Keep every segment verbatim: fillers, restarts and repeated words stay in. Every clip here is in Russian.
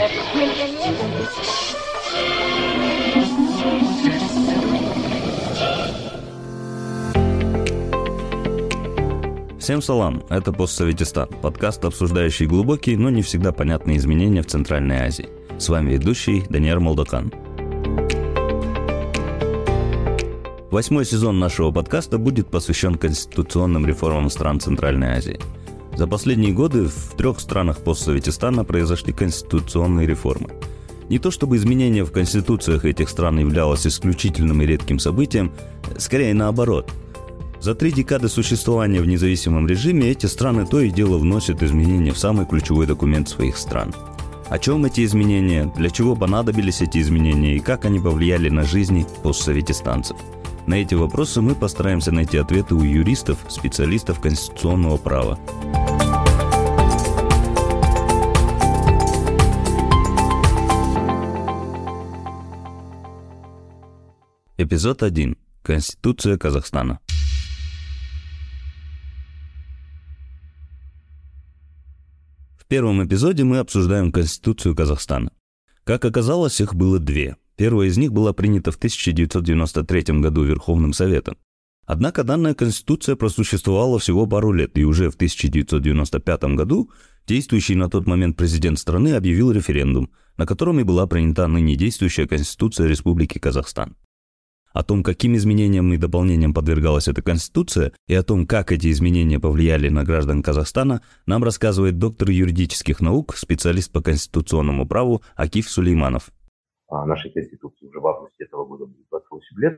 Всем салам, это «Постсоветистан», подкаст, обсуждающий глубокие, но не всегда понятные изменения в Центральной Азии. С вами ведущий Даниэль Молдокан. Восьмой сезон нашего подкаста будет посвящен конституционным реформам стран Центральной Азии. За последние годы в трех странах постсоветистана произошли конституционные реформы. Не то чтобы изменение в конституциях этих стран являлось исключительным и редким событием, скорее наоборот. За три декады существования в независимом режиме эти страны то и дело вносят изменения в самый ключевой документ своих стран. О чем эти изменения, для чего понадобились эти изменения и как они повлияли на жизни постсоветистанцев? На эти вопросы мы постараемся найти ответы у юристов, специалистов конституционного права. Эпизод один. Конституция Казахстана. В первом эпизоде мы обсуждаем Конституцию Казахстана. Как оказалось, их было две. Первая из них была принята в тысяча девятьсот девяносто третьем году Верховным Советом. Однако данная Конституция просуществовала всего пару лет, и уже в тысяча девятьсот девяносто пятом году действующий на тот момент президент страны объявил референдум, на котором и была принята ныне действующая Конституция Республики Казахстан. О том, каким изменениям и дополнениям подвергалась эта Конституция, и о том, как эти изменения повлияли на граждан Казахстана, нам рассказывает доктор юридических наук, специалист по конституционному праву Акиф Сулейманов. Нашей Конституции уже в августе этого года будет двадцать восемь лет,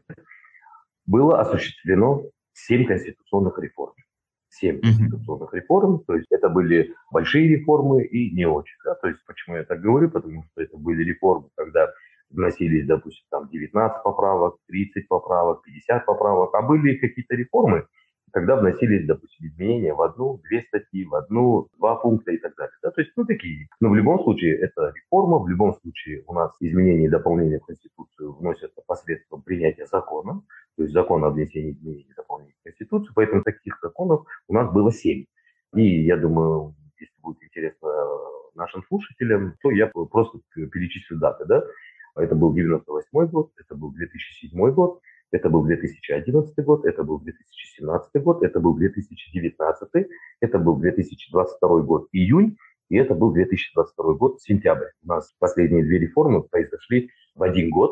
было осуществлено семь конституционных реформ. семь конституционных реформ, то есть это были большие реформы и не очень. Да? То есть почему я так говорю, потому что это были реформы, когда вносились, допустим, там девятнадцать поправок, тридцать поправок, пятьдесят поправок, а были какие-то реформы, когда вносились, допустим, изменения в одну, две статьи, в одну, два пункта и так далее. Да? То есть, ну, такие. Но в любом случае, это реформа, в любом случае у нас изменения и дополнения в Конституцию вносятся посредством принятия закона, то есть закон о внесении изменений и дополнений в Конституцию, поэтому таких законов у нас было семь. И я думаю, если будет интересно нашим слушателям, то я просто перечислю даты, да. Это был девяносто восьмой год, это был две тысячи седьмой год, это был две тысячи одиннадцатый год, это был две тысячи семнадцатый год, это был две тысячи девятнадцатый, это был две тысячи двадцать второй год июнь, и это был две тысячи двадцать второй год сентябрь. У нас последние две реформы произошли в один год,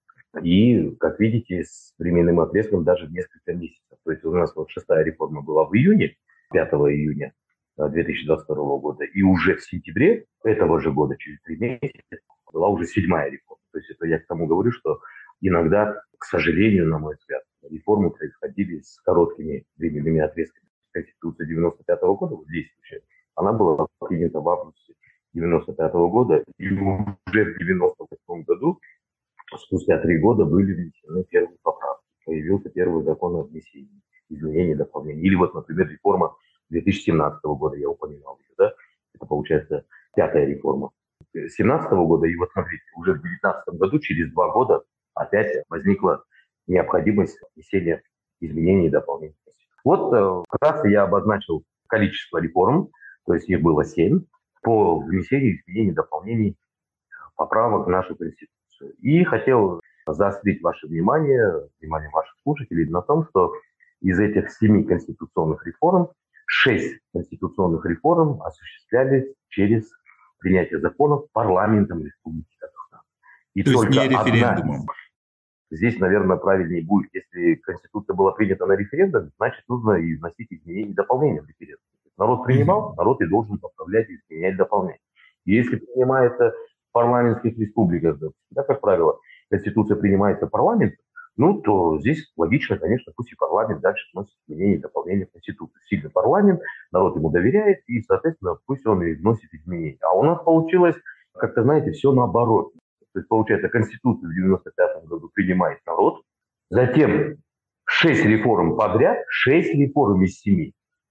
и, как видите, с временным отрезком даже в несколько месяцев. То есть у нас вот шестая реформа была в июне, пятого июня две тысячи двадцать второго года, и уже в сентябре этого же года, через три месяца, была уже седьмая реформа. То есть это я к тому говорю, что иногда, к сожалению, на мой взгляд, реформы происходили с короткими временными отрезками. Конституция девяносто пятого года, вот действующая, она была принята в августе девяносто пятого года, и уже в девяносто восьмом году, спустя три года, были внесены первые поправки. Появился первый закон о внесении изменений и дополнений. Или вот, например, реформа две тысячи семнадцатого года, я упоминал ее, да? Это, получается, пятая реформа. две тысячи семнадцатого года, и вот смотрите, уже в две тысячи девятнадцатом году, через два года, опять возникла необходимость внесения изменений и дополнений. Вот вкратце я обозначил количество реформ, то есть их было семь, по внесению изменений и дополнений поправок в нашу Конституцию. И хотел заострить ваше внимание, внимание ваших слушателей на том, что из этих семи конституционных реформ шесть конституционных реформ осуществлялись через принятие законов парламентом Республики Казахстан. И То только есть не референдумом. Одна... Здесь, наверное, правильнее будет, если Конституция была принята на референдуме, значит, нужно и вносить изменения и дополнения в референдум. Народ принимал, mm-hmm. народ и должен поправлять, изменять, дополнять. И если принимается в парламентских республиках, да, как правило, Конституция принимается парламентом, ну, то здесь логично, конечно, пусть и парламент дальше вносит изменения и дополнения в Конституцию. Сильный парламент, народ ему доверяет, и, соответственно, пусть он и вносит изменения. А у нас получилось, как-то, знаете, все наоборот. То есть, получается, Конституцию в девяносто пятом году принимает народ, затем шесть реформ подряд, шесть реформ из семи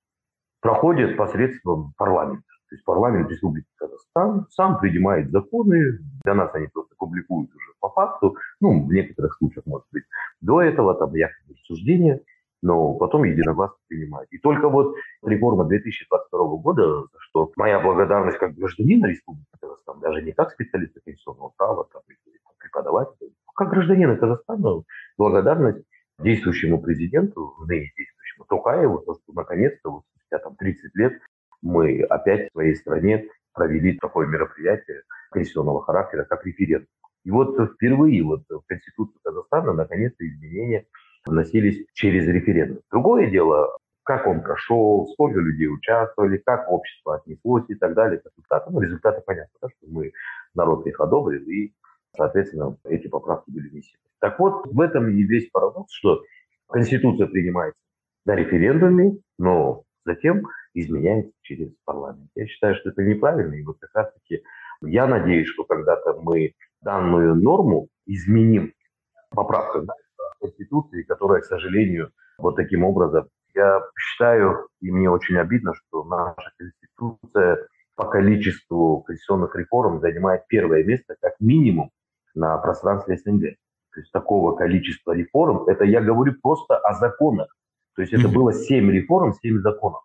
проходят посредством парламента. То есть парламент Республики Казахстан сам принимает законы, для нас они просто публикуют уже по факту, ну, в некоторых случаях, может быть, до этого там якобы обсуждения, но потом единогласно принимает. И только вот реформа две тысячи двадцать второго года, за что моя благодарность как гражданина Республики Казахстан, там, даже не как специалиста конституционного права, там, или там, преподаватель, как гражданина Казахстана, благодарность действующему президенту, ныне действующему Токаеву, то, что наконец-то, вот, спустя там тридцать лет, мы опять в своей стране провели такое мероприятие конституционного характера, как референдум. И вот впервые вот в Конституцию Казахстана наконец-то изменения вносились через референдум. Другое дело, как он прошел, сколько людей участвовали, как общество отнеслось и так далее. Результаты, ну, результаты понятны, да, что мы, народ их одобрил, и, соответственно, эти поправки были внесены. Так вот, в этом и весь парадокс, что Конституция принимается на референдуме, но затем изменяется через парламент. Я считаю, что это неправильно, и вот как раз-таки я надеюсь, что когда-то мы данную норму изменим поправкой, да, Конституции, которая, к сожалению, вот таким образом, я считаю, и мне очень обидно, что наша Конституция по количеству конституционных реформ занимает первое место как минимум на пространстве СНГ. То есть такого количества реформ, это я говорю просто о законах. То есть это было семь реформ, семь законов.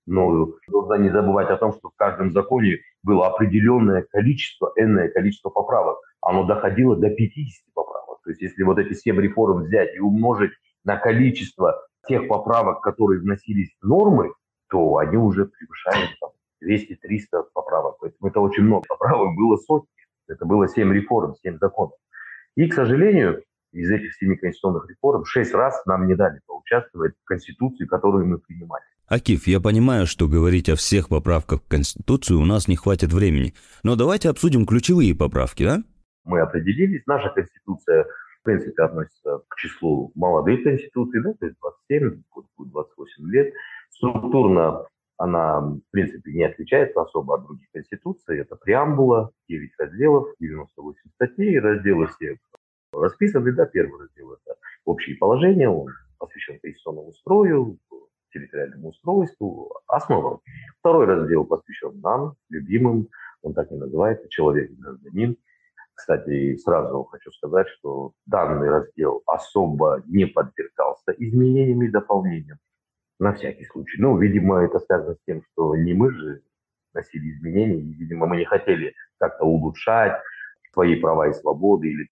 Но нужно не забывать о том, что в каждом законе было определенное количество, энное количество поправок. Оно доходило до пятидесяти поправок. То есть если вот эти семь реформ взять и умножить на количество тех поправок, которые вносились в нормы, то они уже превышают двести-триста поправок. Поэтому это очень много поправок, было сотни. Это было семь реформ, семь законов. И, к сожалению, из этих семи конституционных реформ шесть раз нам не дали поучаствовать в Конституции, которую мы принимали. Акиф, я понимаю, что говорить о всех поправках в Конституцию у нас не хватит времени, но давайте обсудим ключевые поправки, да? Мы определились, наша Конституция, в принципе, относится к числу молодых конституций, да, то есть двадцать семь, двадцать восемь лет. Структурно она, в принципе, не отличается особо от других конституций. Это преамбула, девять разделов, девяносто восемь статей, разделы все расписаны, да, первый раздел – это общие положения, он посвящен конституционному устрою, территориальному устройству, основам. Второй раздел посвящен нам, любимым, он так и называется, человек и гражданин. Кстати, сразу хочу сказать, что данный раздел особо не подвергался изменениям и дополнениям, на всякий случай. Ну, видимо, это связано с тем, что не мы же носили изменения, и, видимо, мы не хотели как-то улучшать свои права и свободы или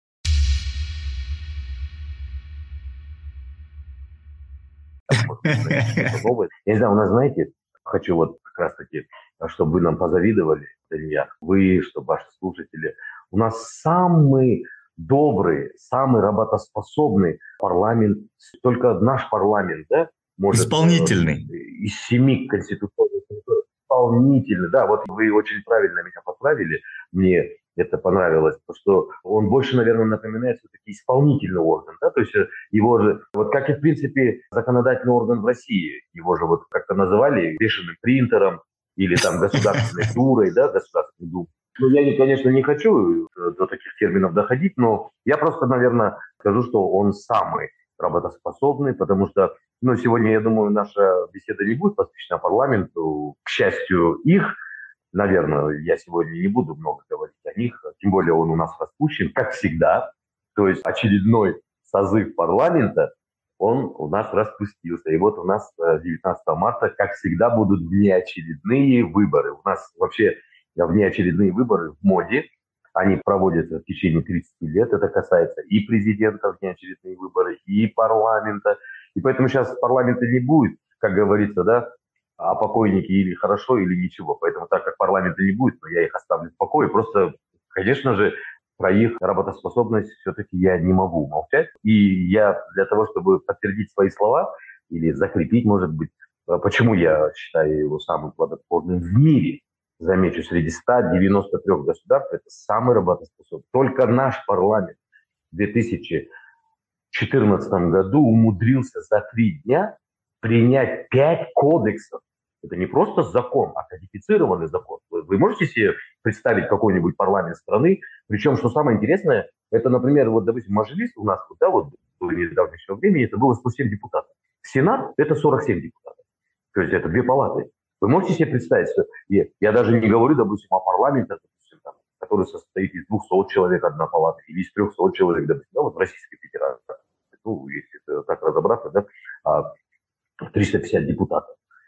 новое. Я не знаю, у нас, знаете, хочу вот как раз-таки, чтобы вы нам позавидовали, Илья, вы, чтобы ваши слушатели, у нас самый добрый, самый работоспособный парламент, только наш парламент, да, может... Исполнительный. Из семи конституционных... Исполнительный, да, вот вы очень правильно меня поправили, мне это понравилось, потому что он больше, наверное, напоминает все-таки исполнительный орган, да, то есть его же, вот как и, в принципе, законодательный орган в России, его же вот как-то называли бешеным принтером или там государственной дурой, да, государственной думой. Ну, я, конечно, не хочу до таких терминов доходить, но я просто, наверное, скажу, что он самый работоспособный, потому что, ну, сегодня, я думаю, наша беседа не будет посвящена парламенту. К счастью, их, наверное, я сегодня не буду много говорить о них, тем более он у нас распущен, как всегда. То есть очередной созыв парламента, он у нас распустился. И вот у нас девятнадцатого марта, как всегда, будут внеочередные выборы. У нас вообще внеочередные выборы в моде. Они проводятся в течение тридцати лет. Это касается и президента, внеочередные выборы, и парламента. И поэтому сейчас парламента не будет, как говорится, да, а покойники или хорошо, или ничего. Поэтому так как парламента не будет, но я их оставлю в покое. Просто, конечно же, про их работоспособность все-таки я не могу молчать. И я для того, чтобы подтвердить свои слова или закрепить, может быть, почему я считаю его самым плодотворным в мире, замечу, среди ста девяноста трёх государств, это самый работоспособный. Только наш парламент в две тысячи четырнадцатом году умудрился за три дня принять пять кодексов. Это не просто закон, а кодифицированный закон. Вы, вы можете себе представить какой-нибудь парламент страны? Причем, что самое интересное, это, например, вот, допустим, Мажилис у нас, да, вот до недавнего времени, это было сто семь депутатов. Сенат – это сорок семь депутатов. То есть это две палаты. Вы можете себе представить, что я, я даже не говорю, допустим, о парламенте, допустим, там, который состоит из двухсот человек одна палата, или из трехсот человек, допустим, да, вот в Российской Федерации. Ну, если это так разобраться, да, триста пятьдесят депутатов.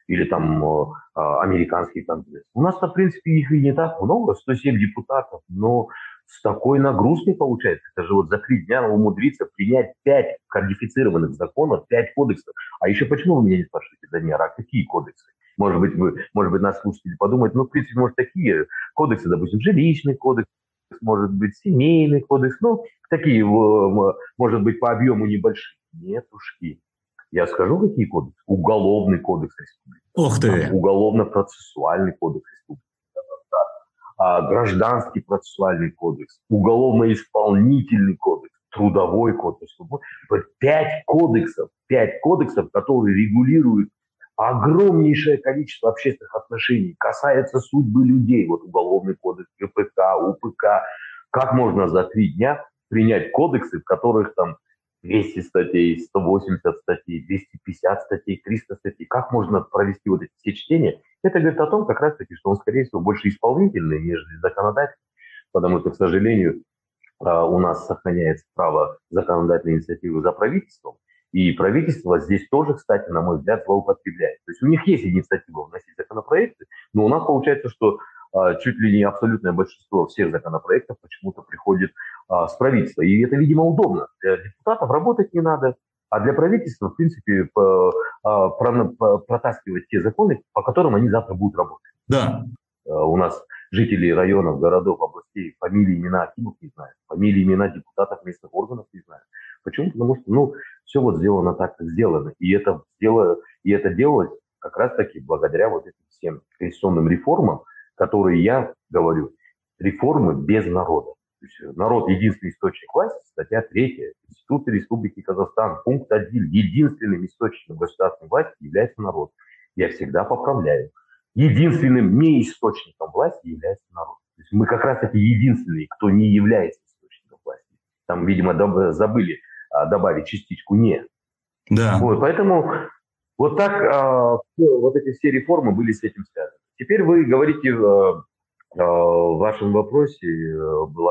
или там э, американский конгресс. У нас, в принципе, их и не так много, сто семь депутатов, но с такой нагрузкой получается. Это же вот за три дня умудриться принять пять кодифицированных законов, пять кодексов. А еще почему вы меня не спрашиваете, Даниил, а какие кодексы? Может быть, вы, может быть, нас слушатели подумают, ну, в принципе, может, такие кодексы, допустим, жилищный кодекс, может быть, семейный кодекс, ну, такие, может быть, по объему небольшие. Нет, ушки. Я скажу, какие кодексы? Уголовный кодекс республики. Ух ты! Уголовно-процессуальный кодекс республики. А, гражданский процессуальный кодекс, уголовно-исполнительный кодекс, трудовой кодекс. Пять кодексов, пять кодексов, которые регулируют огромнейшее количество общественных отношений, касается судьбы людей. Вот уголовный кодекс, ГПК, УПК. Как можно за три дня принять кодексы, в которых там двести статей, сто восемьдесят статей, двести пятьдесят статей, триста статей. Как можно провести вот эти все чтения? Это говорит о том, как раз-таки, что он, скорее всего, больше исполнительный, нежели законодательный, потому что, к сожалению, у нас сохраняется право законодательной инициативы за правительством, и правительство здесь тоже, кстати, на мой взгляд, злоупотребляет. То есть у них есть инициатива вносить законопроекты, но у нас получается, что чуть ли не абсолютное большинство всех законопроектов почему-то приходит а, с правительства. И это, видимо, удобно. Для депутатов работать не надо, а для правительства, в принципе, по, а, про, по, протаскивать те законы, по которым они завтра будут работать. Да. А, у нас жители районов, городов, областей фамилии, имена акимов не знают, фамилии, имена депутатов местных органов не знают. Почему? Потому что, ну, все вот сделано так, как сделано. И это, сделано, и это делалось как раз-таки благодаря вот этим всем конституционным реформам, которые, я говорю, реформы без народа. То есть народ – единственный источник власти, статья третья Конституции Республики Казахстан, пункт один. Единственным источником государственной власти является народ. Я всегда поправляю. Единственным неисточником власти является народ. То есть мы как раз-таки единственные, кто не является источником власти. Там, видимо, забыли добавить частичку «не». Да. Вот, поэтому вот так а, вот эти все реформы были с этим связаны. Теперь вы говорите, а, а, в вашем вопросе был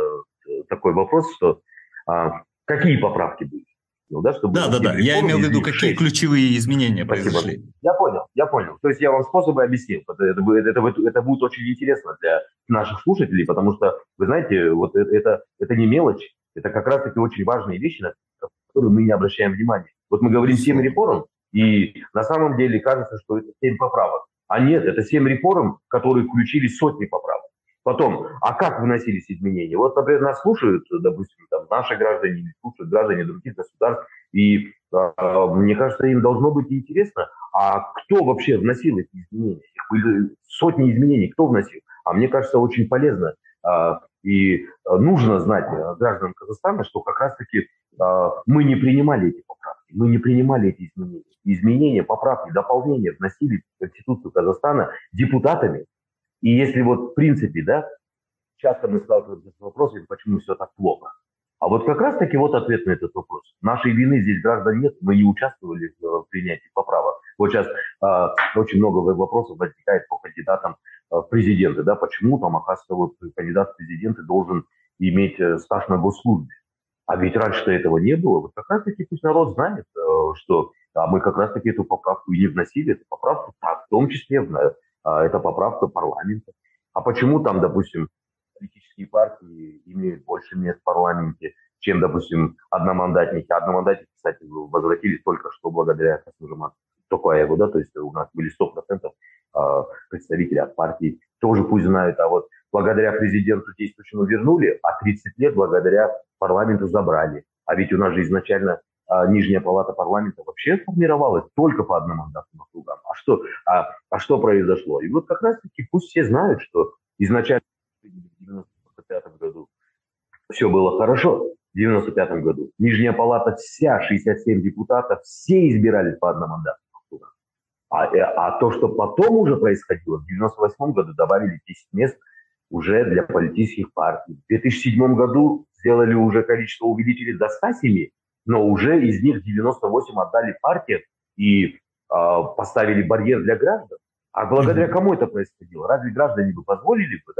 такой вопрос, что а, какие поправки были? Ну, да, чтобы да, да, да. Я имел в виду, какие шесть. Ключевые изменения Спасибо. произошли. Я понял, я понял. То есть я вам способы объяснил. Это, это, это, это будет очень интересно для наших слушателей, потому что, вы знаете, вот это, это не мелочь, это как раз-таки очень важные вещи, на которые мы не обращаем внимания. Вот мы говорим семь реформ, и на самом деле кажется, что это семь поправок. А нет, это семь реформ, которые включили сотни поправок. Потом, а как вносились изменения? Вот, например, нас слушают, допустим, там, наши граждане, или слушают граждане других государств, и э, мне кажется, им должно быть интересно, а кто вообще вносил эти изменения? Их были сотни изменений, кто вносил? А мне кажется, очень полезно э, и нужно знать гражданам Казахстана, что как раз-таки э, мы не принимали эти поправки, мы не принимали эти изменения. Изменения, поправки, дополнения вносили в Конституцию Казахстана депутатами. И если вот в принципе, да, часто мы сталкиваемся с вопросом, почему все так плохо. А вот как раз-таки вот ответ на этот вопрос. Нашей вины здесь граждан нет, мы не участвовали в принятии поправок. Вот сейчас а, очень много вопросов возникает по кандидатам в президенты, да, почему там, оказывается, вот кандидат в президенты должен иметь стаж на госслужбе. А ведь раньше-то этого не было. Вот как раз-таки пусть народ знает, что а мы как раз-таки эту поправку и не вносили, эту поправку, а в том числе в это поправка парламента. А почему там, допустим, политические партии имеют больше мест в парламенте, чем, допустим, одномандатники? Одномандатники, кстати, возвратились только что благодаря Касым-Жомарту Токаеву, да, то есть у нас были сто процентов представителей от партии. Тоже пусть знают, а вот благодаря президенту действующему вернули, а тридцать лет благодаря парламенту забрали. А ведь у нас же изначально а, Нижняя палата парламента вообще формировалась только по одномандатным округам. А что, а, а что произошло? И вот как раз-таки пусть все знают, что изначально в девяносто пятом году все было хорошо. В девяносто пятом году Нижняя палата, вся шестьдесят семь депутатов, все избирались по одномандатным округам. А, а то, что потом уже происходило, в девяносто восьмом году добавили десять мест уже для политических партий. В две тысячи седьмом году сделали уже количество, увеличили до ста семи, но уже из них девяносто восемь отдали партиям и э, поставили барьер для граждан. А благодаря кому это происходило? Разве граждане бы позволили бы, да,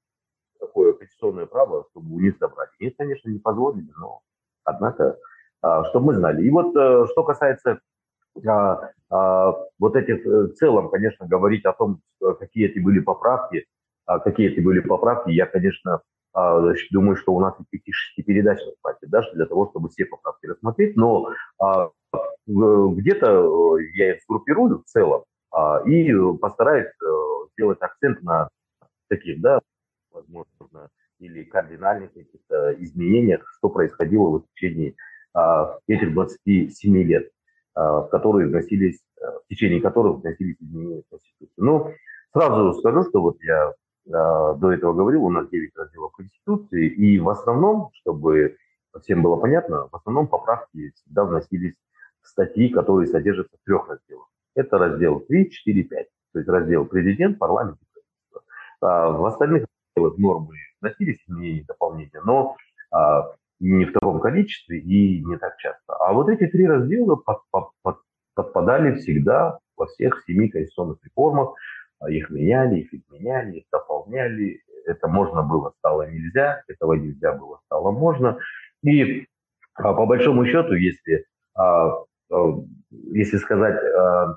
такое конституционное право, чтобы у них забрать? Нет, конечно, не позволили, но однако, э, чтобы мы знали. И вот э, что касается а, а, вот эти в целом, конечно, говорить о том, какие эти были поправки, а, какие эти были поправки, я, конечно, а, значит, думаю, что у нас и пяти-шести передач хватит, да, для того, чтобы все поправки рассмотреть, но а, где-то я их сгруппирую в целом а, и постараюсь а, сделать акцент на таких, да, возможно, или кардинальных каких-то изменениях, что происходило в течение а, этих двадцати семи лет, а, в которые вносились, в течение которых вносились изменения в Конституцию. Но сразу скажу, что вот я а, до этого говорил, у нас девять разделов Конституции, и в основном, чтобы всем было понятно, в основном поправки всегда вносились в статьи, которые содержатся в трех разделах. Это раздел три, четыре, пять. То есть раздел президент, парламент и правительство. А в остальных разделах нормы вносились изменения и дополнения, но а, не в таком количестве и не так часто. А вот эти три раздела под, под, под, подпадали всегда во всех семи конституционных реформах. Их меняли, их изменяли, их дополняли. Это можно было, стало нельзя. Этого нельзя было, стало можно. И а, по большому счету, если, а, а, если сказать а,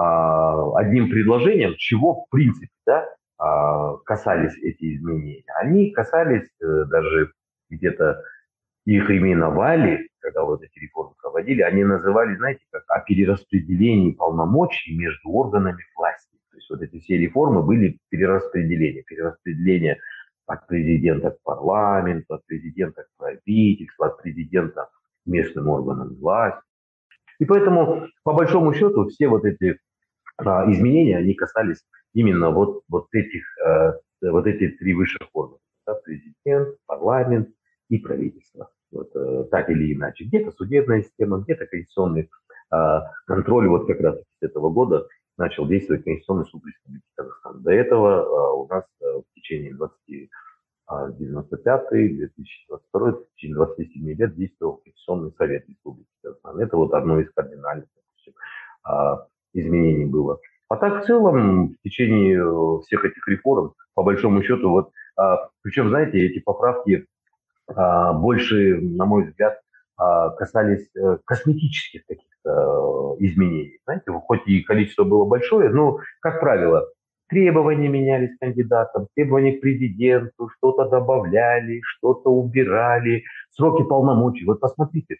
а, одним предложением, чего в принципе, да, а, касались эти изменения, они касались а, даже где-то их именовали, когда вот эти реформы проводили, они называли, знаете, как о перераспределении полномочий между органами власти. То есть вот эти все реформы были перераспределения, перераспределение от президента к парламенту, от президента к правительству, от президента к местным органам власти. И поэтому, по большому счету, все вот эти а, изменения, они касались именно вот, вот этих, а, вот эти три высших органа. Да, президент, парламент и правительство. Вот, э, так или иначе. Где-то судебная система, где-то конституционный э, контроль. Вот как раз с этого года начал действовать Конституционный суд Республики Казахстан. До этого э, у нас э, в течение двадцати девяносто пятый — две тысячи двадцать второй, в течение двадцати семи лет действовал Конституционный совет Республики Казахстан. Это вот одно из кардинальных, допустим, э, изменений было. А так в целом в течение э, всех этих реформ, по большому счету, вот, э, причем, знаете, эти поправки больше, на мой взгляд, касались косметических каких-то изменений. Знаете, хоть и количество было большое, но, как правило, требования менялись к кандидатам, требования к президенту, что-то добавляли, что-то убирали, сроки полномочий. Вот посмотрите,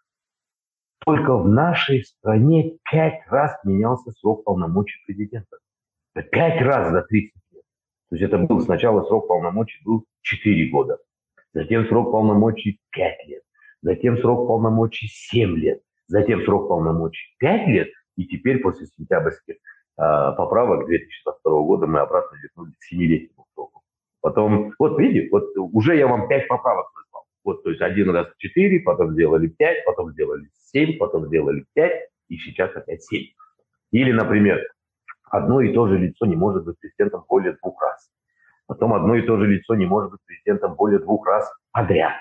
только в нашей стране пять раз менялся срок полномочий президента. Пять раз за тридцать лет. То есть это был сначала срок полномочий был четыре года. Затем срок полномочий пять лет, затем срок полномочий семь лет, затем срок полномочий пять лет, и теперь после сентябрьских э, поправок две тысячи двадцать второго года мы обратно вернулись к семилетнему сроку. Потом, вот видите, вот уже я вам пять поправок назвал. Вот, то есть один раз четыре, потом сделали пять, потом сделали семь, потом сделали пять, и сейчас опять семь. Или, например, одно и то же лицо не может быть президентом более двух раз. Потом одно и то же лицо не может быть президентом более двух раз подряд.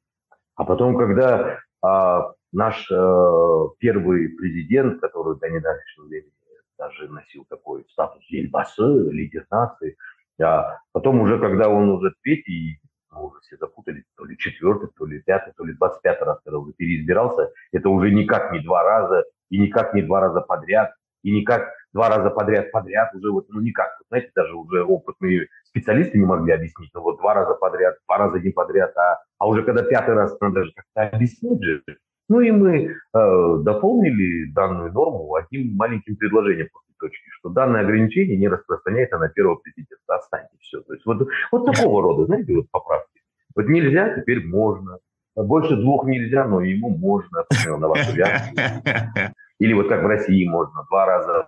А потом, когда а, наш а, первый президент, который до недавнего времени даже носил такой статус Ельбасы, лидер нации, а потом уже, когда он уже третий, мы уже все запутались, то ли четвертый, то ли пятый, то ли двадцать пятый раз, когда уже переизбирался, это уже никак не два раза, и никак не два раза подряд, и никак два раза подряд подряд, уже вот, ну никак, знаете, даже уже опытные специалисты не могли объяснить, ну вот два раза подряд, два раза не подряд, а, а уже когда пятый раз надо же как-то объяснить же. Ну и мы э, дополнили данную норму одним маленьким предложением после точки, что данное ограничение не распространяется на первого президента, останьте все. То есть вот, вот такого рода, знаете, вот поправки. Вот нельзя, теперь можно. Больше двух нельзя, но ему можно, на вашу реакцию. Или вот как в России можно, два раза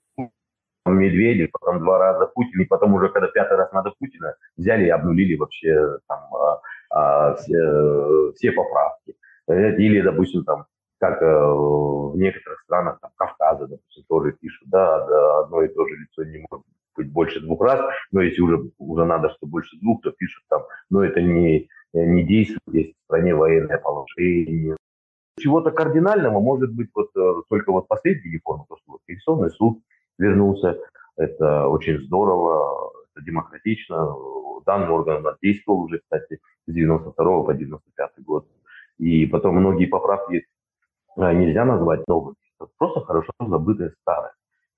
Медведев, потом два раза Путин, и потом уже, когда пятый раз надо Путина, взяли и обнулили вообще там, а, а, все, все поправки. Или, допустим, там, как а, в некоторых странах, там, Кавказа, допустим, тоже пишут, да, да, одно и то же лицо не может быть больше двух раз, но если уже, уже надо, что больше двух, то пишут там, но это не, не действует, есть в стране военное положение. Чего-то кардинального может быть вот только вот последняя реформа, то, что вот Конституционный суд вернулся, это очень здорово, это демократично, данный орган действовал уже, кстати, с девяносто второго по девяносто пятый год, и потом многие поправки нельзя назвать новыми, Это просто хорошо забытая старость.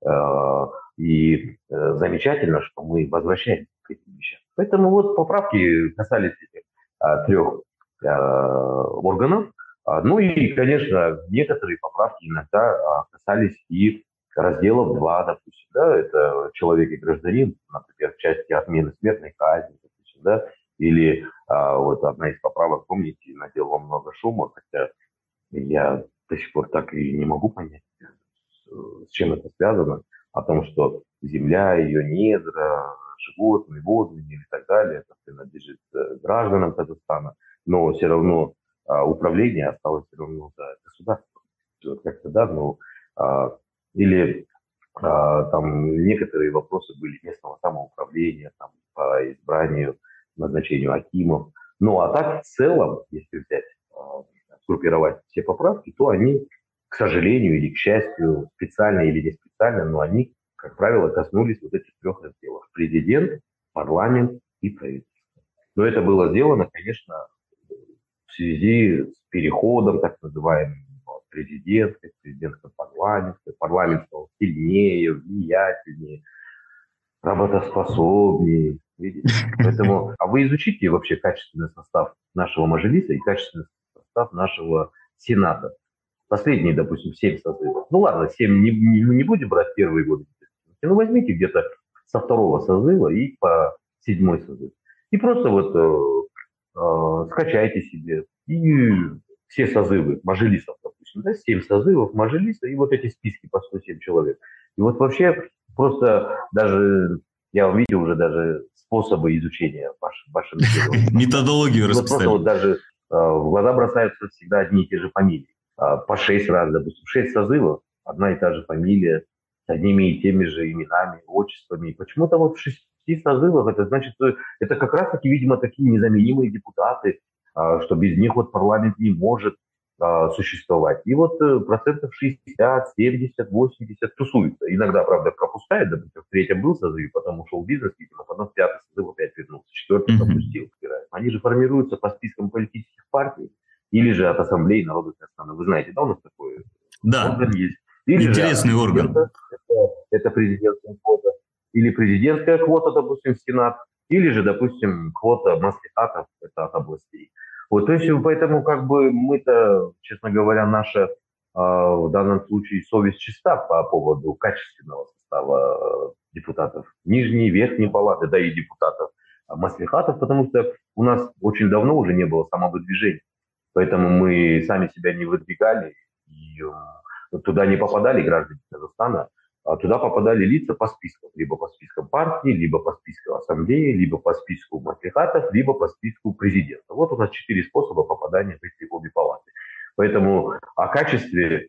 И замечательно, что мы возвращаемся к этим вещам. Поэтому вот поправки касались этих трех органов. Ну и, конечно, некоторые поправки иногда касались и разделов два, допустим, да, это человек и гражданин, например, в части отмены смертной казни, допустим, да, или а, вот одна из поправок, помните, наделала много шума, хотя я до сих пор так и не могу понять, с чем это связано, о том, что земля, ее недра, животные, водные и так далее, это принадлежит гражданам Казахстана, но все равно а, управление осталось все равно за государством. Как-то, да, ну, а, или а, там некоторые вопросы были местного самоуправления, там, по избранию, назначению акимов. Ну, а так, в целом, если взять, а, сгруппировать все поправки, то они, к сожалению или к счастью, специально или не специально, но они, как правило, коснулись вот этих трех разделов. Президент, парламент и правительство. Но это было сделано, конечно, в связи с переходом, так называемым, президентской, президентско-парламентской. Парламент стал сильнее, влиятельнее, работоспособнее. Видите? Поэтому, а вы изучите вообще качественный состав нашего Мажилиса и качественный состав нашего Сената. Последние, допустим, семь созывов. Ну ладно, семь не, не, не будем брать первые годы. Ну возьмите где-то со второго созыва и по седьмой созыв. И просто вот э, э, скачайте себе и все созывы Мажилисов, допустим, да, семь созывов Мажилиса и вот эти списки по сто семь человек. И вот вообще просто даже, я увидел уже даже способы изучения ваш, вашего методологию расписали. Вот даже э, в глаза бросаются всегда одни и те же фамилии. Э, по шесть раз, допустим, шесть созывов, одна и та же фамилия, с одними и теми же именами, отчествами. И почему-то вот в шести созывах, это значит, это как раз-таки, видимо, такие незаменимые депутаты, что без них вот парламент не может а, существовать. И вот процентов шестьдесят, семьдесят, восемьдесят тусуются. Иногда, правда, пропускают, допустим, в третьем был созыв, потом ушел бизнес, видимо, потом в пятый созыв опять вернулся, четвертый пропустил. Mm-hmm. Они же формируются по спискам политических партий или же от Ассамблеи народа Казахстана. Вы знаете, да, у нас такой да. орган есть. Или интересный же, орган. Это, это президентская квота. Или президентская квота, допустим, в Сенат. Или же, допустим, квота маслихатов, это от областей. Вот, то есть, поэтому, как бы, мы-то, честно говоря, наша, э, в данном случае, совесть чиста по поводу качественного состава э, депутатов нижней, верхней палаты, да и депутатов маслихатов, потому что у нас очень давно уже не было самовыдвижения. Поэтому мы сами себя не выдвигали, и э, туда не попадали граждане Казахстана, а туда попадали лица по спискам, либо по спискам партии, либо по списку ассамблеи, либо по списку маслихатов, либо по списку президента. Вот у нас четыре способа попадания в эти обе палаты. Поэтому о качестве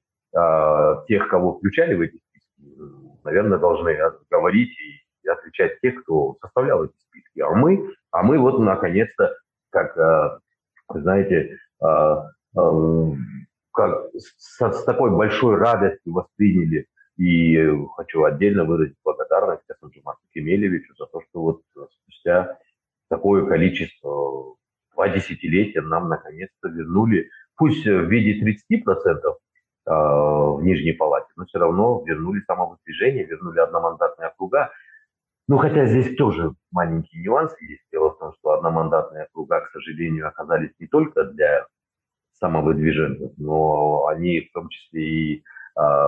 э, тех, кого включали в эти списки, наверное, должны говорить и отвечать те, кто составлял эти списки. А мы, а мы вот наконец-то, как, э, знаете, э, э, как с, с такой большой радостью восприняли. И хочу отдельно выразить благодарность Касым-Жомарту Кемелевичу за то, что вот спустя такое количество, два десятилетия нам наконец-то вернули, пусть в виде тридцати процентов э, в Нижней Палате, но все равно вернули самовыдвижение, вернули одномандатные округа. Ну, хотя здесь тоже маленькие нюансы есть. Дело в том, что одномандатные округа, к сожалению, оказались не только для самовыдвиженцев, но они в том числе и э,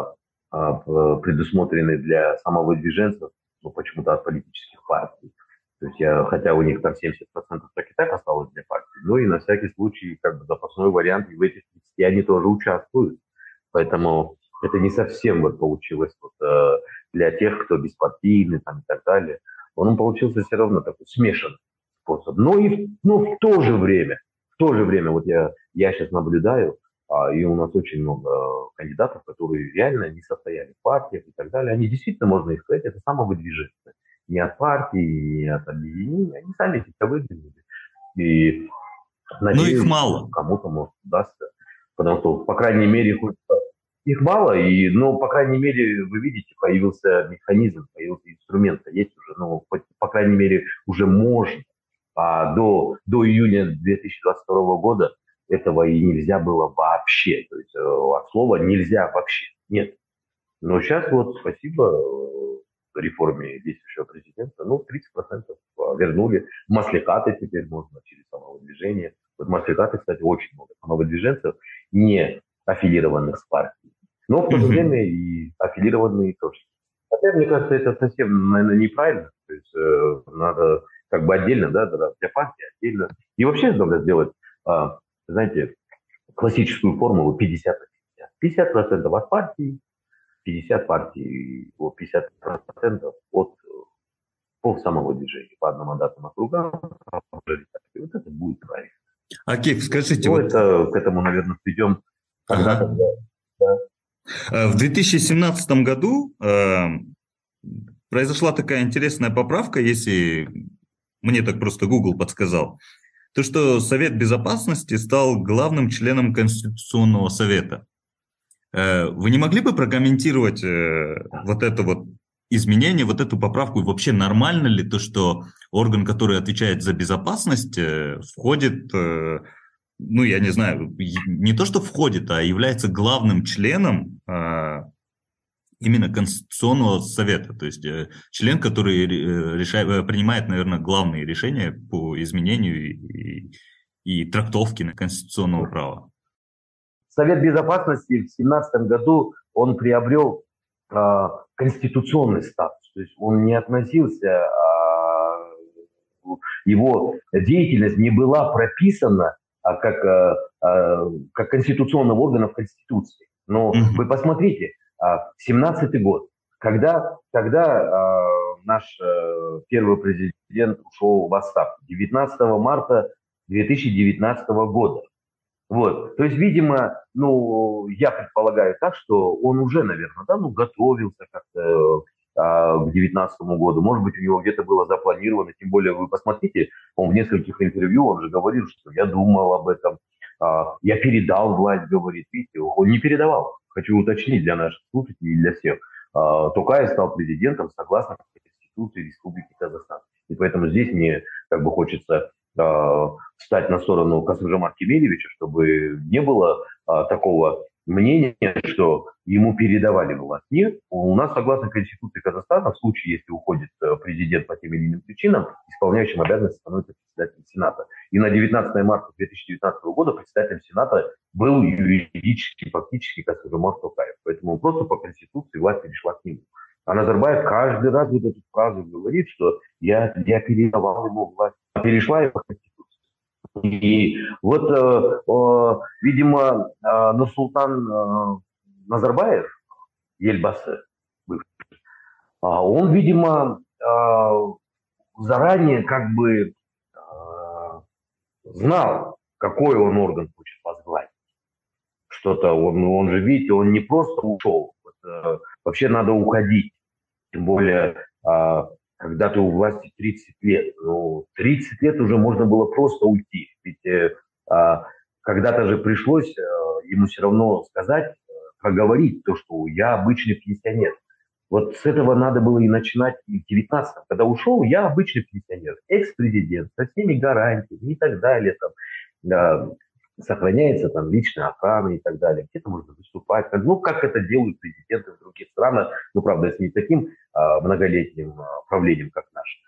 предусмотрены для самовыдвиженцев, но почему-то от политических партий. То есть я, хотя у них там семьдесят процентов так и так осталось для партии, но и на всякий случай как бы запасной вариант, и в этих тридцати они тоже участвуют. Поэтому это не совсем вот получилось вот, э, для тех, кто беспартийный там, и так далее. Он получился все равно такой смешанный способ. Но и но в то же время, в то же время, вот я, я сейчас наблюдаю, и у нас очень много кандидатов, которые реально не состояли в партиях и так далее. Они действительно, можно их сказать, это самовыдвиженцы. Не от партии, не от объединения. Они сами себя выдвинули. И надеюсь, их мало. Кому-то может удастся. Потому что, по крайней мере, их мало. И, ну, по крайней мере, вы видите, появился механизм, появился инструмент. Есть уже, ну, по, по крайней мере, уже можно. А до, до июня две тысячи двадцать второго года этого и нельзя было вообще. То есть от слова нельзя вообще. Нет. Но сейчас вот спасибо э, реформе действующего президента, ну, тридцать процентов вернули. Маслихаты теперь можно через самовыдвижение. Вот маслихаты, кстати, очень много самовыдвиженцев, не аффилированных с партией, но в то же время и аффилированные тоже. Хотя, мне кажется, это совсем, наверное, неправильно. То есть э, надо как бы отдельно, да, для партии отдельно. И вообще надо сделать, э, знаете, классическую формулу пятьдесят на пятьдесят. пятьдесят процентов от партии, пятьдесят партий, пятьдесят процентов от по самовыдвижению, по одномандатным округам. Вот это будет правильно. Акиф, скажите... Ну, вот... это, к этому, наверное, придем когда-то. Ага. Да. В две тысячи семнадцатом году э, произошла такая интересная поправка, если мне так просто Google подсказал, то, что Совет Безопасности стал главным членом Конституционного совета. Э, вы не могли бы прокомментировать э, вот это вот изменение, вот эту поправку, и вообще нормально ли то, что орган, который отвечает за безопасность, э, входит... Э, ну, я не знаю, не то, что входит, а является главным членом э, именно Конституционного совета, то есть э, член, который решает, принимает, наверное, главные решения по изменению и, и трактовке конституционного права. Совет Безопасности в две тысячи семнадцатом году он приобрел э, конституционный статус, то есть он не относился, э, его деятельность не была прописана а как, а, как конституционного органа в Конституции. Но mm-hmm. вы посмотрите, а, семнадцатый год, когда, когда а, наш а, первый президент ушел в отставку, девятнадцатого марта две тысячи девятнадцатого года. Вот. То есть, видимо, ну, я предполагаю так, что он уже, наверное, да, ну, готовился как-то а, к девятнадцатому году. Может быть, у него где-то было запланировано. Тем более, вы посмотрите, он в нескольких интервью, он же говорил, что я думал об этом, а, я передал власть, говорит. Видите, он не передавал. Хочу уточнить для наших слушателей и для всех. А, Токаев стал президентом согласно Конституции Республики Казахстан. И поэтому здесь мне как бы хочется встать на сторону Касым-Жомарта Кемелевича, чтобы не было а, такого мнения, что ему передавали власть. Нет, у нас, согласно Конституции Казахстана, в случае, если уходит президент по тем или иным причинам, исполняющим обязанности становится председателем Сената. И на девятнадцатого марта две тысячи девятнадцатого года председателем Сената был юридически, фактически Касым-Жомарт Токаев. Поэтому просто по Конституции власть перешла к нему. А Назарбаев каждый раз вот эту фразу говорит, что я, я передавал ему власть. Перешла его Конституция. И вот, э, э, видимо, э, Нурсултан э, Назарбаев, Ельбасы, бывший, э, он, видимо, э, заранее как бы э, знал, какой он орган хочет возглавить. Что-то он, он же, видите, он не просто ушел. Вот, э, вообще надо уходить. Тем более... Э, когда ты у власти тридцать лет. Ну, тридцать лет уже можно было просто уйти. Ведь э, а, когда-то же пришлось э, ему все равно сказать, э, проговорить то, что я обычный пенсионер. Вот с этого надо было и начинать и в девятнадцатом. Когда ушел, я обычный пенсионер, экс-президент, со всеми гарантиями и так далее. Там, да, сохраняется там личная охрана и так далее. Где-то можно выступать. Ну, как это делают президенты в других странах. Ну, правда, с не таким а, многолетним а, правлением, как наш.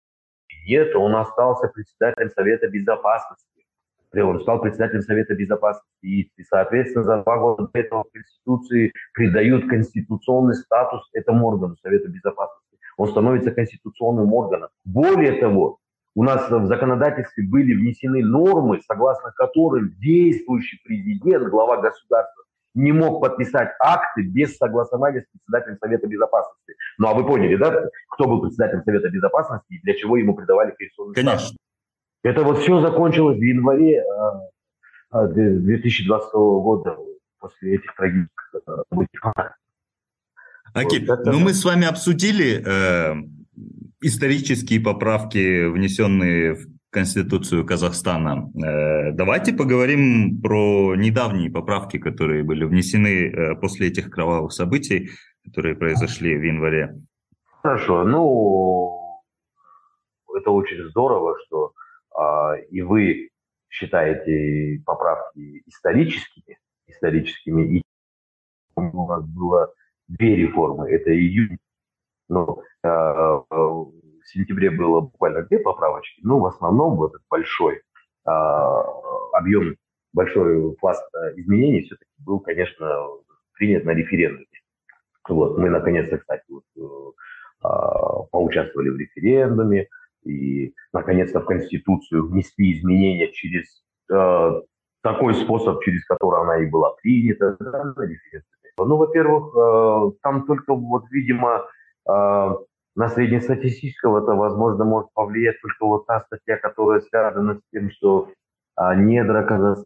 Нет, он остался председателем Совета Безопасности. Он стал председателем Совета Безопасности. И, соответственно, за два года до этого в Конституции придают конституционный статус этому органу, Совету Безопасности. Он становится конституционным органом. Более того, у нас в законодательстве были внесены нормы, согласно которым действующий президент, глава государства, не мог подписать акты без согласования с председателем Совета Безопасности. Ну, а вы поняли, да, кто был председателем Совета Безопасности и для чего ему придавали конституционный статус? Конечно. Это вот все закончилось в январе две тысячи двадцатого года, после этих трагических событий. Окей, вот, ну мы с вами обсудили э, исторические поправки, внесенные в Конституцию Казахстана. Э, давайте поговорим про недавние поправки, которые были внесены э, после этих кровавых событий, которые произошли в январе. Хорошо, ну это очень здорово, что э, и вы считаете поправки историческими, историческими, и реформы у нас было две реформы. Это июнь, но э, э, в сентябре было буквально две поправочки, но в основном вот этот большой э, объем, большой пласт изменений все-таки был, конечно, принят на референдуме. Вот, мы наконец-то, кстати, вот, э, поучаствовали в референдуме и наконец-то в Конституцию внесли изменения через э, такой способ, через который она и была принята, да, на референдуме. Ну, во-первых, э, там только, вот, видимо, э, на среднестатистического-то, возможно, может повлиять только вот та статья, которая связана с тем, что э, недра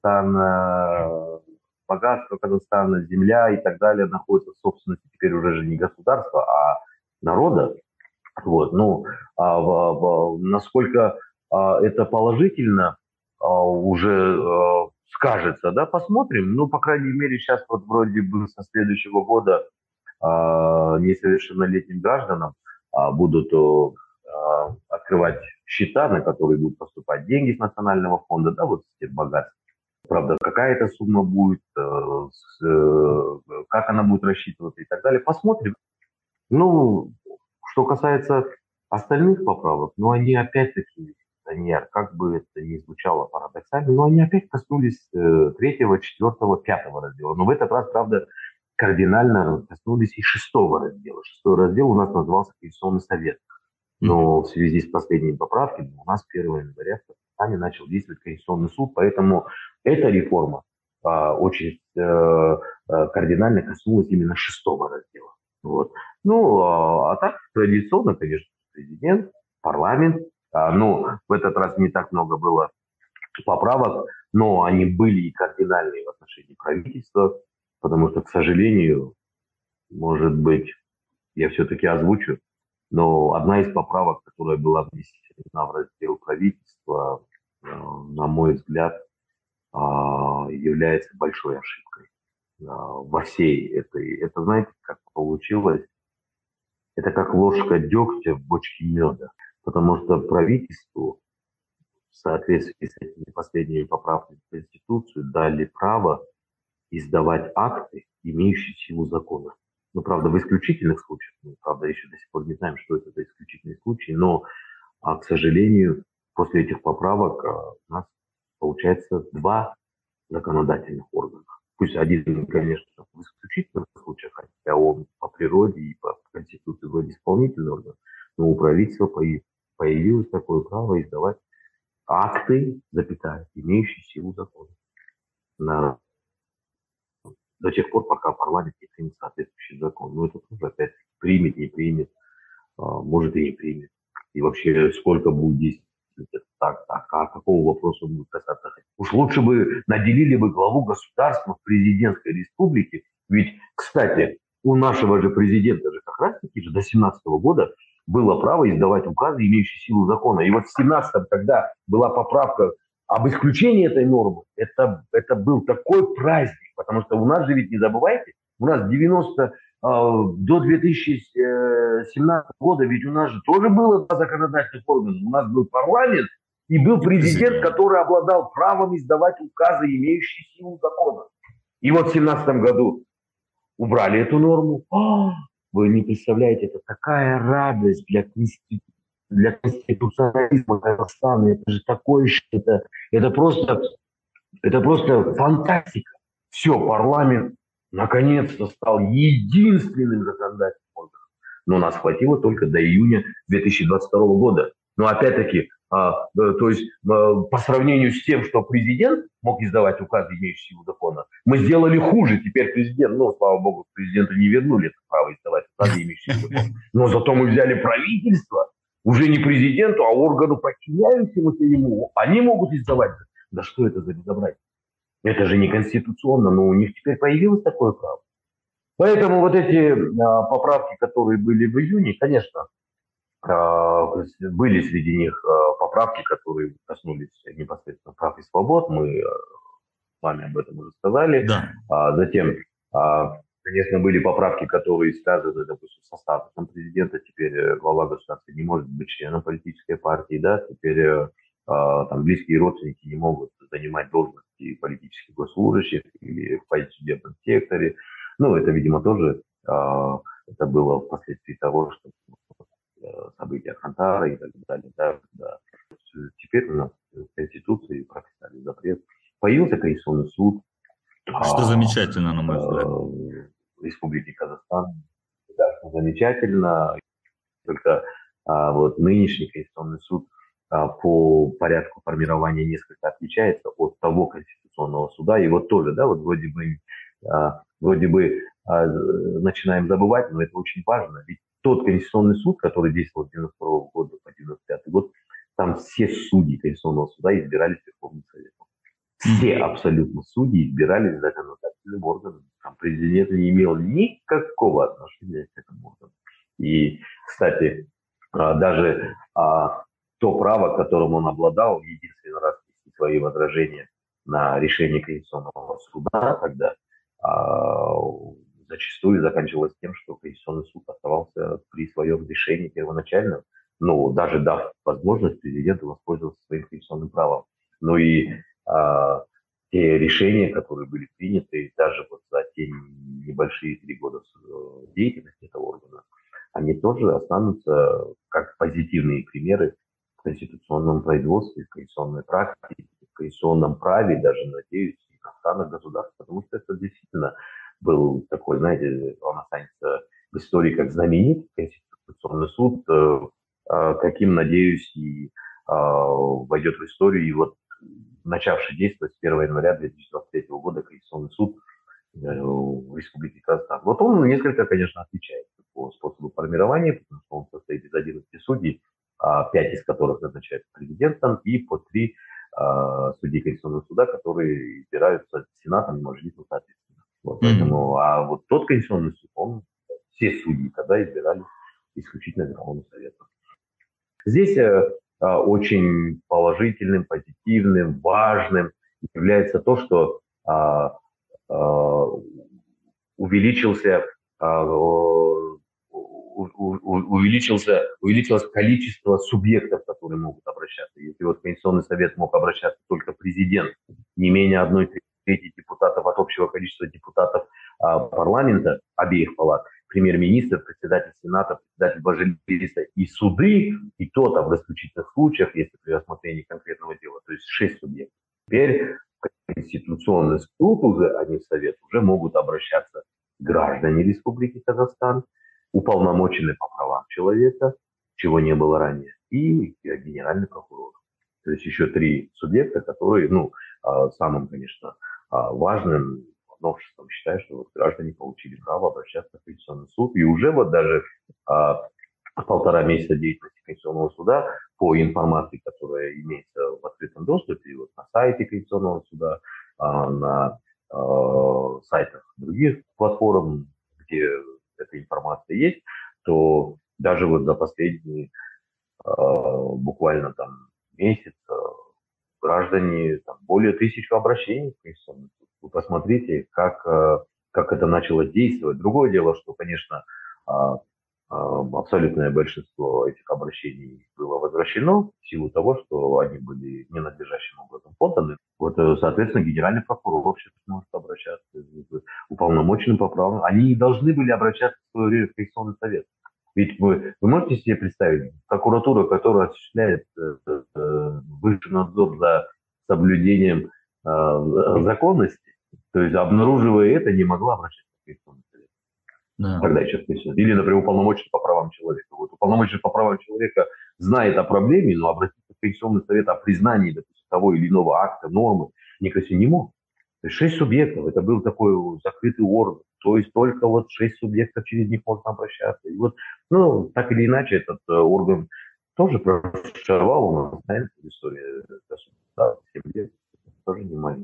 Казахстана, богатство Казахстана, земля и так далее находятся в собственности теперь уже же не государства, а народа. Вот, ну, а, в, в, насколько а, это положительно а, уже а, скажется, да, посмотрим. Ну, по крайней мере, сейчас вот вроде бы со следующего года а, несовершеннолетним гражданам а, будут а, открывать счета, на которые будут поступать деньги с национального фонда, да, вот с тех богатств. Правда, какая это сумма будет, а, с, а, как она будет рассчитываться и так далее, посмотрим. Ну, что касается остальных поправок, ну, они опять-таки, Данияр, как бы это ни звучало парадоксально, но они опять коснулись э, третьего, четвертого, пятого раздела. Но в этот раз, правда, кардинально коснулись и шестого раздела. Шестой раздел у нас назывался Конституционный совет. Но в связи с последними поправками у нас первого января в Казахстане начал действовать Конституционный суд, поэтому эта реформа э, очень э, кардинально коснулась именно шестого раздела. Вот. Ну, а, а так, традиционно, конечно, президент, парламент. А, ну, в этот раз не так много было поправок, но они были и кардинальные в отношении правительства, потому что, к сожалению, может быть, я все-таки озвучу, но одна из поправок, которая была внесена в раздел правительства, на мой взгляд, является большой ошибкой во всей этой. Это, знаете, как получилось? Это как ложка дегтя в бочке меда, потому что правительству в соответствии с этими последними поправками в Конституцию дали право издавать акты, имеющие силу закона. Ну, правда, в исключительных случаях, мы, правда, еще до сих пор не знаем, что это за исключительный случай, но, а, к сожалению, после этих поправок а, у нас получается два законодательных органа. Пусть один, конечно, в исключительных случаях, хотя он по природе и по Конституции вроде исполнительный орган, но у правительства появилось такое право издавать акты, запятая, имеющие силу закона. На... До тех пор, пока парламент не примет соответствующий закон. Но это тоже опять примет, не примет, может и не примет. И вообще, сколько будет действовать так, так, а какого вопроса будет касаться? Уж лучше бы наделили бы главу государства в президентской республике. Ведь, кстати, у нашего же президента же как раз-таки же до семнадцатого года было право издавать указы, имеющие силу закона. И вот в семнадцатом, когда была поправка об исключении этой нормы, это, это был такой праздник, потому что у нас же ведь, не забывайте, у нас девяносто до две тысячи семнадцатого года ведь у нас же тоже было два законодательных органа. У нас был парламент и был президент, который обладал правом издавать указы, имеющие силу закона. И вот в семнадцатом году убрали эту норму. О, вы не представляете, это такая радость для, конститу... для конституционализма Казахстана. Это же такое что-то. Это просто, это просто фантастика. Все, парламент наконец-то стал единственным законодательным органом. Но нас хватило только до июня две тысячи двадцать второго года. Но опять-таки, а, то есть а, по сравнению с тем, что президент мог издавать указы, имеющие силу закона, мы сделали хуже. Теперь президент, ну, слава богу, президенту не вернули это право издавать указы, имеющие силу закона. Но зато мы взяли правительство, уже не президенту, а органу, подчиняющемуся ему. Они могут издавать. Да что это за безобразие? Это же не конституционно, но у них теперь появилось такое право. Поэтому вот эти а, поправки, которые были в июне, конечно, а, были среди них а, поправки, которые коснулись непосредственно прав и свобод. Мы а, с вами об этом уже сказали. Да. А, затем, а, конечно, были поправки, которые связаны, допустим, со статусом президента. Теперь глава государства не может быть членом политической партии, да, теперь а, там близкие родственники не могут занимать должности политических госслужащих или в судебном секторе. Ну, это, видимо, тоже это было впоследствии того, что события Хантара и так далее. Да, да. Теперь у нас в Конституции прописали запрет. Появился Конституционный суд. Что замечательно, на мой взгляд. Республики Казахстан. Да, что замечательно. Только а, вот нынешний Конституционный суд а, по порядку формирования несколько отличается от того Конституционного суда. И вот тоже, да, вот вроде бы, а, вроде бы а, начинаем забывать, но это очень важно. Ведь тот Конституционный суд, который действовал с девяносто второго года по девяносто пятый год, там все судьи Конституционного суда избирались Верховным Советом. Все абсолютно судьи избирались законодательным органом. Там президент не имел никакого отношения к этому органу. И, кстати, даже а, то право, которым он обладал, единственный раз внести свои возражения на решение Конституционного суда, тогда а, зачастую заканчивалось тем, что Конституционный суд оставался при своем решении первоначальном, ну, даже дав возможность президенту воспользоваться своим конституционным правом. Ну и а, те решения, которые были приняты, даже вот за те небольшие три года деятельности этого органа, они тоже останутся как позитивные примеры в конституционном производстве, в конституционной практике, в конституционном праве, даже, надеюсь, иностранных государств, потому что это действительно был такой, знаете, он останется в истории как знаменит Конституционный суд, каким, надеюсь, и войдет в историю. И вот начавший действовать с первого января две тысячи двадцать третьего года Конституционный суд в Республике Казахстан. Вот он несколько, конечно, отличается по способу формирования, потому что он состоит из одиннадцати судей, пять из которых назначается президентом, и по три судьи Конституционного суда, которые избираются Сенатом и Маджлисом, соответственно. Вот, mm-hmm. поэтому, а вот тот Конституционный суд, он, все судьи тогда избирались исключительно Верховным Советом. Здесь а, очень положительным, позитивным, важным является то, что а, а, увеличился, а, у, у, увеличился, увеличилось количество субъектов, которые могут обращаться. Если вот Конституционный совет мог обращаться только президент, не менее одной трети депутатов от общего количества депутатов а, парламента обеих палат, премьер-министр, председатель Сената, председатель Маджлиса и суды, и то там в исключительных случаях, если при рассмотрении конкретного дела, то есть шесть субъектов. Теперь в Конституционный суд уже, а не в Совет, уже могут обращаться граждане Республики Казахстан, уполномоченные по правам человека, чего не было ранее, и генеральный прокурор. То есть еще три субъекта, которые, ну, самым, конечно, важным новшеством считаю, что вот граждане получили право обращаться в Конституционный суд. И уже вот даже а, полтора месяца деятельности Конституционного суда по информации, которая имеется в открытом доступе, вот на сайте Конституционного суда, а, на а, сайтах других платформ, где эта информация есть, то даже вот за последние а, буквально там месяц а, граждане, там, более тысячи обращений в Конституционный суд. Вы посмотрите, как, как это начало действовать. Другое дело, что, конечно, абсолютное большинство этих обращений было возвращено в силу того, что они были ненадлежащим образом поданы. Вот, соответственно, генеральный прокурор сейчас может обращаться, уполномоченным по правам. Они должны были обращаться в свое время в Конституционный совет. Ведь вы, вы можете себе представить, прокуратура, которая осуществляет э, э, высший надзор за соблюдением э, законности, то есть, обнаруживая это, не могла обращаться в Конституционный совет. Да. Тогда еще в Или, например, уполномоченный по правам человека. Вот уполномоченный по правам человека знает о проблеме, но обратиться в Конституционный совет о признании, допустим, того или иного акта, нормы, никто не мог. То есть шесть субъектов, это был такой закрытый орган. То есть только вот шесть субъектов через них можно обращаться. И вот, ну, так или иначе, этот э, орган тоже прошарвал у нас, знаете, история да, семь лет, тоже не маленький.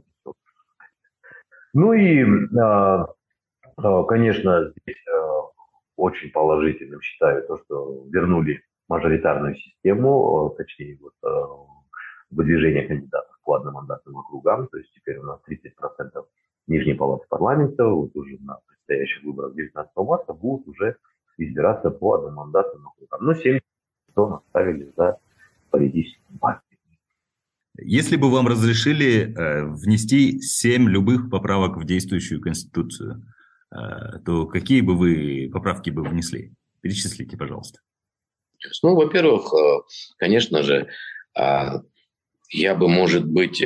Ну и, э, э, конечно, здесь э, очень положительным считаю то, что вернули мажоритарную систему, э, точнее, вот, э, выдвижение кандидатов по одномандатным округам, то есть теперь у нас тридцать процентов Нижней палаты парламента, вот уже на предстоящих выборах девятнадцатого марта будут уже избираться по одномандатным округам. Но семьдесят процентов оставили за политические партии. Если бы вам разрешили э, внести семь любых поправок в действующую Конституцию, то какие бы вы поправки бы внесли? Перечислите, пожалуйста. Ну, во-первых, конечно же, я бы, может быть,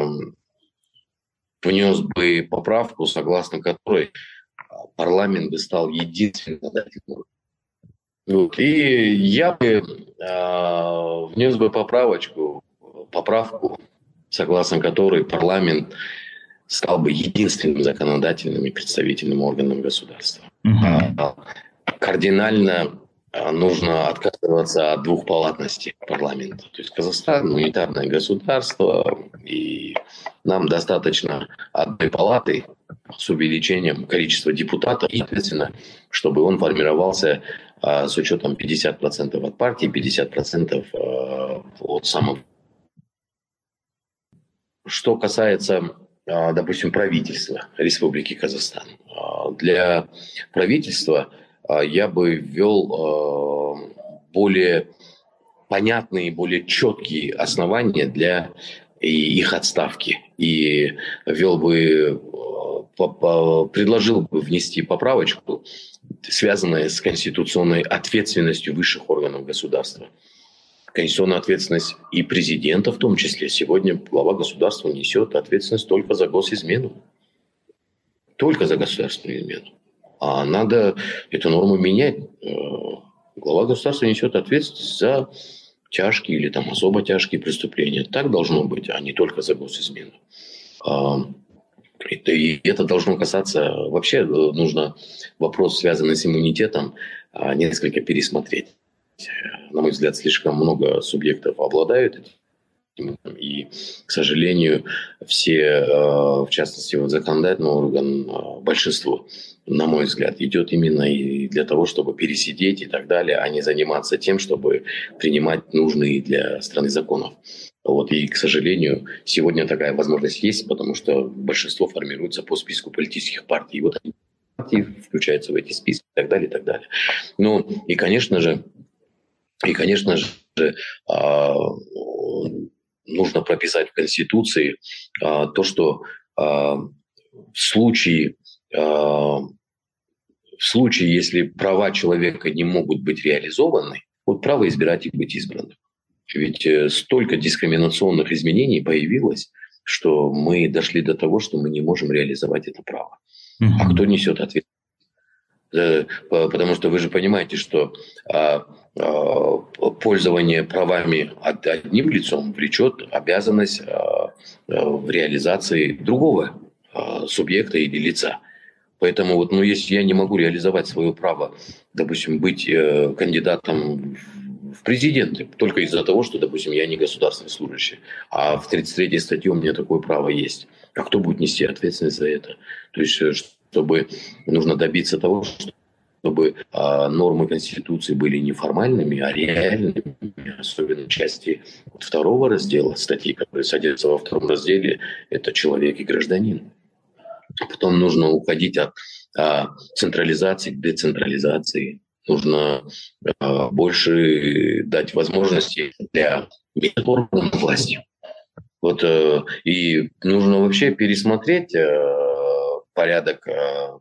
внес бы поправку, согласно которой парламент бы стал единственным законодательным. Вот. И я бы э, внес бы поправочку, поправку, согласно которой парламент стал бы единственным законодательным и представительным органом государства. Mm-hmm. А, кардинально нужно отказываться от двухпалатности парламента. То есть Казахстан унитарное государство, и нам достаточно одной палаты с увеличением количества депутатов, и, соответственно, чтобы он формировался а, с учетом пятьдесят процентов от партии, пятьдесят процентов а, от самого. Что касается, а, допустим, правительства Республики Казахстан. А, для правительства а, я бы ввел а, более понятные, более четкие основания для и их отставки. И ввел бы, предложил бы внести поправочку, связанную с конституционной ответственностью высших органов государства. Конституционная ответственность и президента в том числе. Сегодня глава государства несет ответственность только за госизмену. Только за государственную измену. А надо эту норму менять. Глава государства несет ответственность за тяжкие или там особо тяжкие преступления. Так должно быть, а не только за госизмену. И это должно касаться... Вообще нужно вопрос, связанный с иммунитетом, несколько пересмотреть. На мой взгляд, слишком много субъектов обладают этим. И, к сожалению, все, в частности, вот законодательный орган, большинство, на мой взгляд, идет именно и для того, чтобы пересидеть и так далее, а не заниматься тем, чтобы принимать нужные для страны законов. Вот, и, к сожалению, сегодня такая возможность есть, потому что большинство формируется по списку политических партий. И вот они партии включаются в эти списки и так далее, и так далее. Ну, и, конечно же, и, конечно же, нужно прописать в Конституции то, что в случае, в случае, если права человека не могут быть реализованы, вот право избирать и быть избранным. Ведь столько дискриминационных изменений появилось, что мы дошли до того, что мы не можем реализовать это право. Mm-hmm. А кто несет ответственность? Потому что вы же понимаете, что а, а, пользование правами одним лицом влечет обязанность а, а, в реализации другого а, субъекта или лица. Поэтому вот, ну, если я не могу реализовать свое право, допустим, быть э, кандидатом в президенты только из-за того, что, допустим, я не государственный служащий, а в тридцать третьей статье у меня такое право есть, а кто будет нести ответственность за это? То есть, чтобы нужно добиться того, чтобы а, нормы Конституции были не формальными, а реальными, особенно в части вот второго раздела статьи, который содержится во втором разделе, это человек и гражданин. Потом нужно уходить от а, централизации к децентрализации. Нужно а, больше дать возможности для органов власти. Вот, а, и нужно вообще пересмотреть а, порядок, а,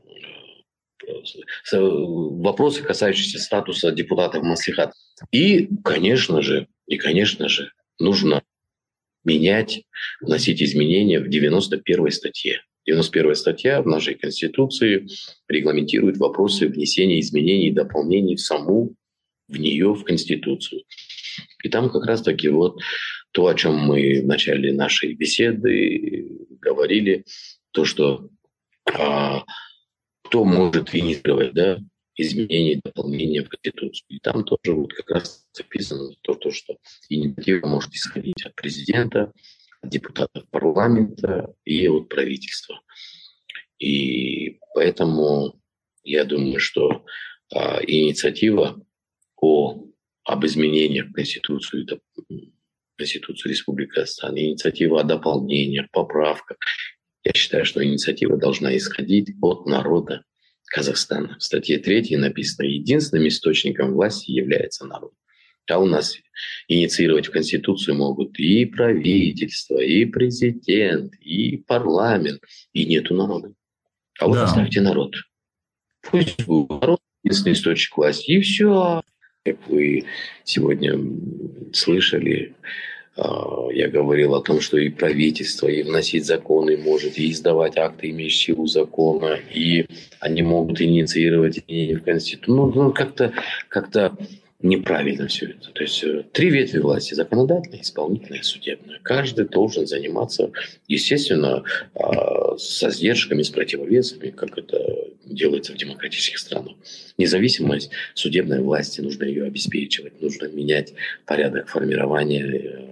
вопросы, касающиеся статуса депутатов маслихата. И, конечно же, и, конечно же, нужно менять, вносить изменения в девяносто первой статье. девяносто первая статья в нашей Конституции регламентирует вопросы внесения изменений и дополнений в саму, в нее, в Конституцию. И там как раз-таки вот то, о чем мы в начале нашей беседы говорили, то, что а, кто может инициировать, да, изменения и дополнения в Конституцию. И там тоже вот как раз записано то, то что инициатива может исходить от президента, депутатов парламента и от правительства. И поэтому я думаю, что а, инициатива о, об изменениях в Конституцию, Конституцию Республики Казахстан, инициатива о дополнениях, поправках, я считаю, что инициатива должна исходить от народа Казахстана. В статье третьей написано: единственным источником власти является народ. А у нас инициировать в Конституцию могут и правительство, и президент, и парламент, и нету народа. А вот да. оставьте народ. Пусть будет народ единственный источник власти. И все. Как вы сегодня слышали, я говорил о том, что и правительство, и вносить законы может, и издавать акты, имеющие силу закона, и они могут инициировать изменения в Конституцию. Ну, ну как-то, как-то неправильно все это. То есть три ветви власти: законодательная, исполнительная, судебная. Каждый должен заниматься, естественно, со сдержками, с противовесами, как это делается в демократических странах. Независимость судебной власти, нужно ее обеспечивать, нужно менять порядок формирования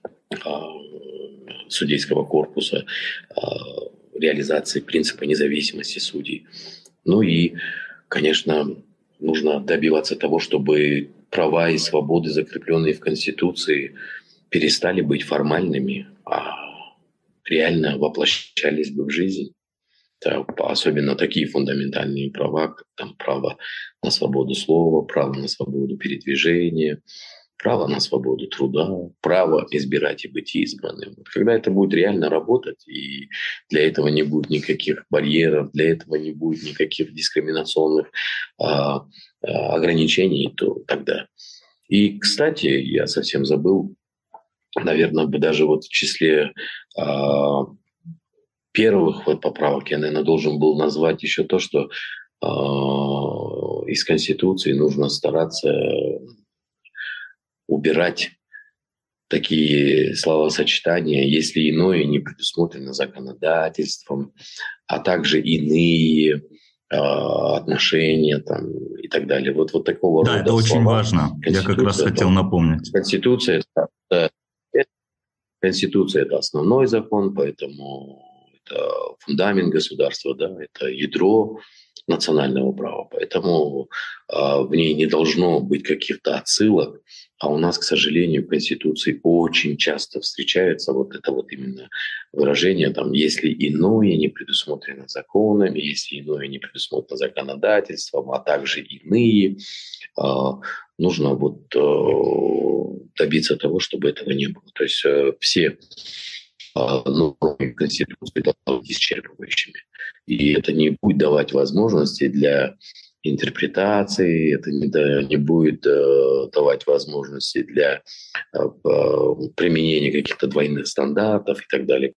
судейского корпуса, реализации принципа независимости судей. Ну и, конечно, нужно добиваться того, чтобы права и свободы, закрепленные в Конституции, перестали быть формальными, а реально воплощались бы в жизнь. Это особенно такие фундаментальные права, как там право на свободу слова, право на свободу передвижения, право на свободу труда, право избирать и быть избранным. Когда это будет реально работать, и для этого не будет никаких барьеров, для этого не будет никаких дискриминационных а, а, ограничений, то тогда. И, кстати, я совсем забыл, наверное, даже вот в числе а, первых вот поправок я, наверное, должен был назвать еще то, что а, из Конституции нужно стараться убирать такие словосочетания, если иное не предусмотрено законодательством, а также иные э, отношения там, и так далее. Вот, вот такого да, рода это очень слова. важно. Я как раз хотел напомнить. Конституция, это, Конституция – это основной закон, поэтому это фундамент государства, да, это ядро национального права. Поэтому э, в ней не должно быть каких-то отсылок. А у нас, к сожалению, в Конституции очень часто встречается вот это вот именно выражение, там, если иное не предусмотрено законами, если иное не предусмотрено законодательством, а также иные, э, нужно вот э, добиться того, чтобы этого не было. То есть э, все э, нормы Конституции должны быть исчерпывающими. И это не будет давать возможности для интерпретации, это не, да, не будет э, давать возможности для э, применения каких-то двойных стандартов и так далее.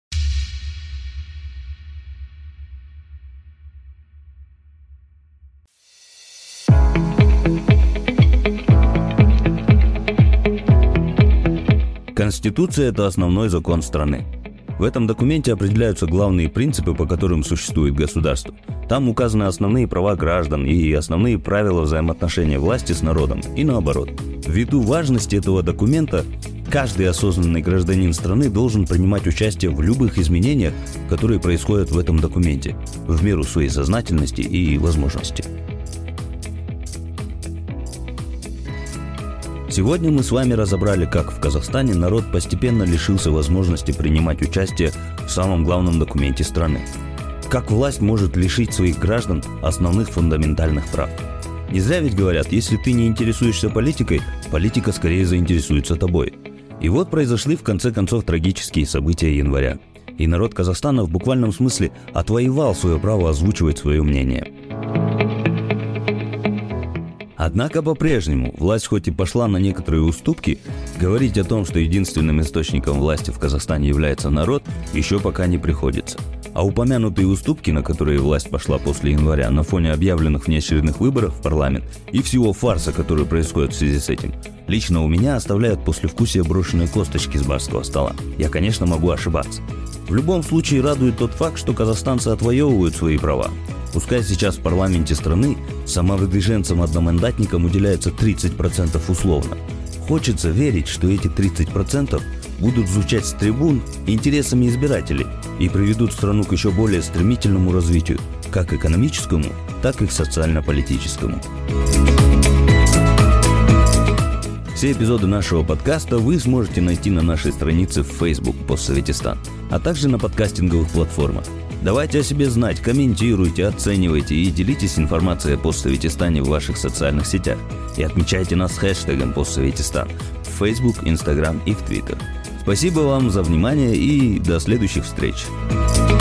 Конституция – это основной закон страны. В этом документе определяются главные принципы, по которым существует государство. Там указаны основные права граждан и основные правила взаимоотношения власти с народом, и наоборот. Ввиду важности этого документа, каждый осознанный гражданин страны должен принимать участие в любых изменениях, которые происходят в этом документе, в меру своей сознательности и возможностей. Сегодня мы с вами разобрали, как в Казахстане народ постепенно лишился возможности принимать участие в самом главном документе страны. Как власть может лишить своих граждан основных фундаментальных прав. Не зря ведь говорят, если ты не интересуешься политикой, политика скорее заинтересуется тобой. И вот произошли в конце концов трагические события января. И народ Казахстана в буквальном смысле отвоевал свое право озвучивать свое мнение. Однако по-прежнему власть хоть и пошла на некоторые уступки, говорить о том, что единственным источником власти в Казахстане является народ, еще пока не приходится. А упомянутые уступки, на которые власть пошла после января на фоне объявленных внеочередных выборов в парламент и всего фарса, который происходит в связи с этим, лично у меня оставляют послевкусие брошенной косточки с барского стола. Я, конечно, могу ошибаться. В любом случае радует тот факт, что казахстанцы отвоевывают свои права. Пускай сейчас в парламенте страны самовыдвиженцам-одномандатникам уделяется тридцать процентов условно. Хочется верить, что эти тридцать процентов будут звучать с трибун интересами избирателей и приведут страну к еще более стремительному развитию, как экономическому, так и социально-политическому. Все эпизоды нашего подкаста вы сможете найти на нашей странице в Facebook «Постсоветистан», а также на подкастинговых платформах. Давайте о себе знать, комментируйте, оценивайте и делитесь информацией о Постсоветистане в ваших социальных сетях. И отмечайте нас хэштегом «Постсоветистан» в Facebook, Instagram и в Twitter. Спасибо вам за внимание и до следующих встреч.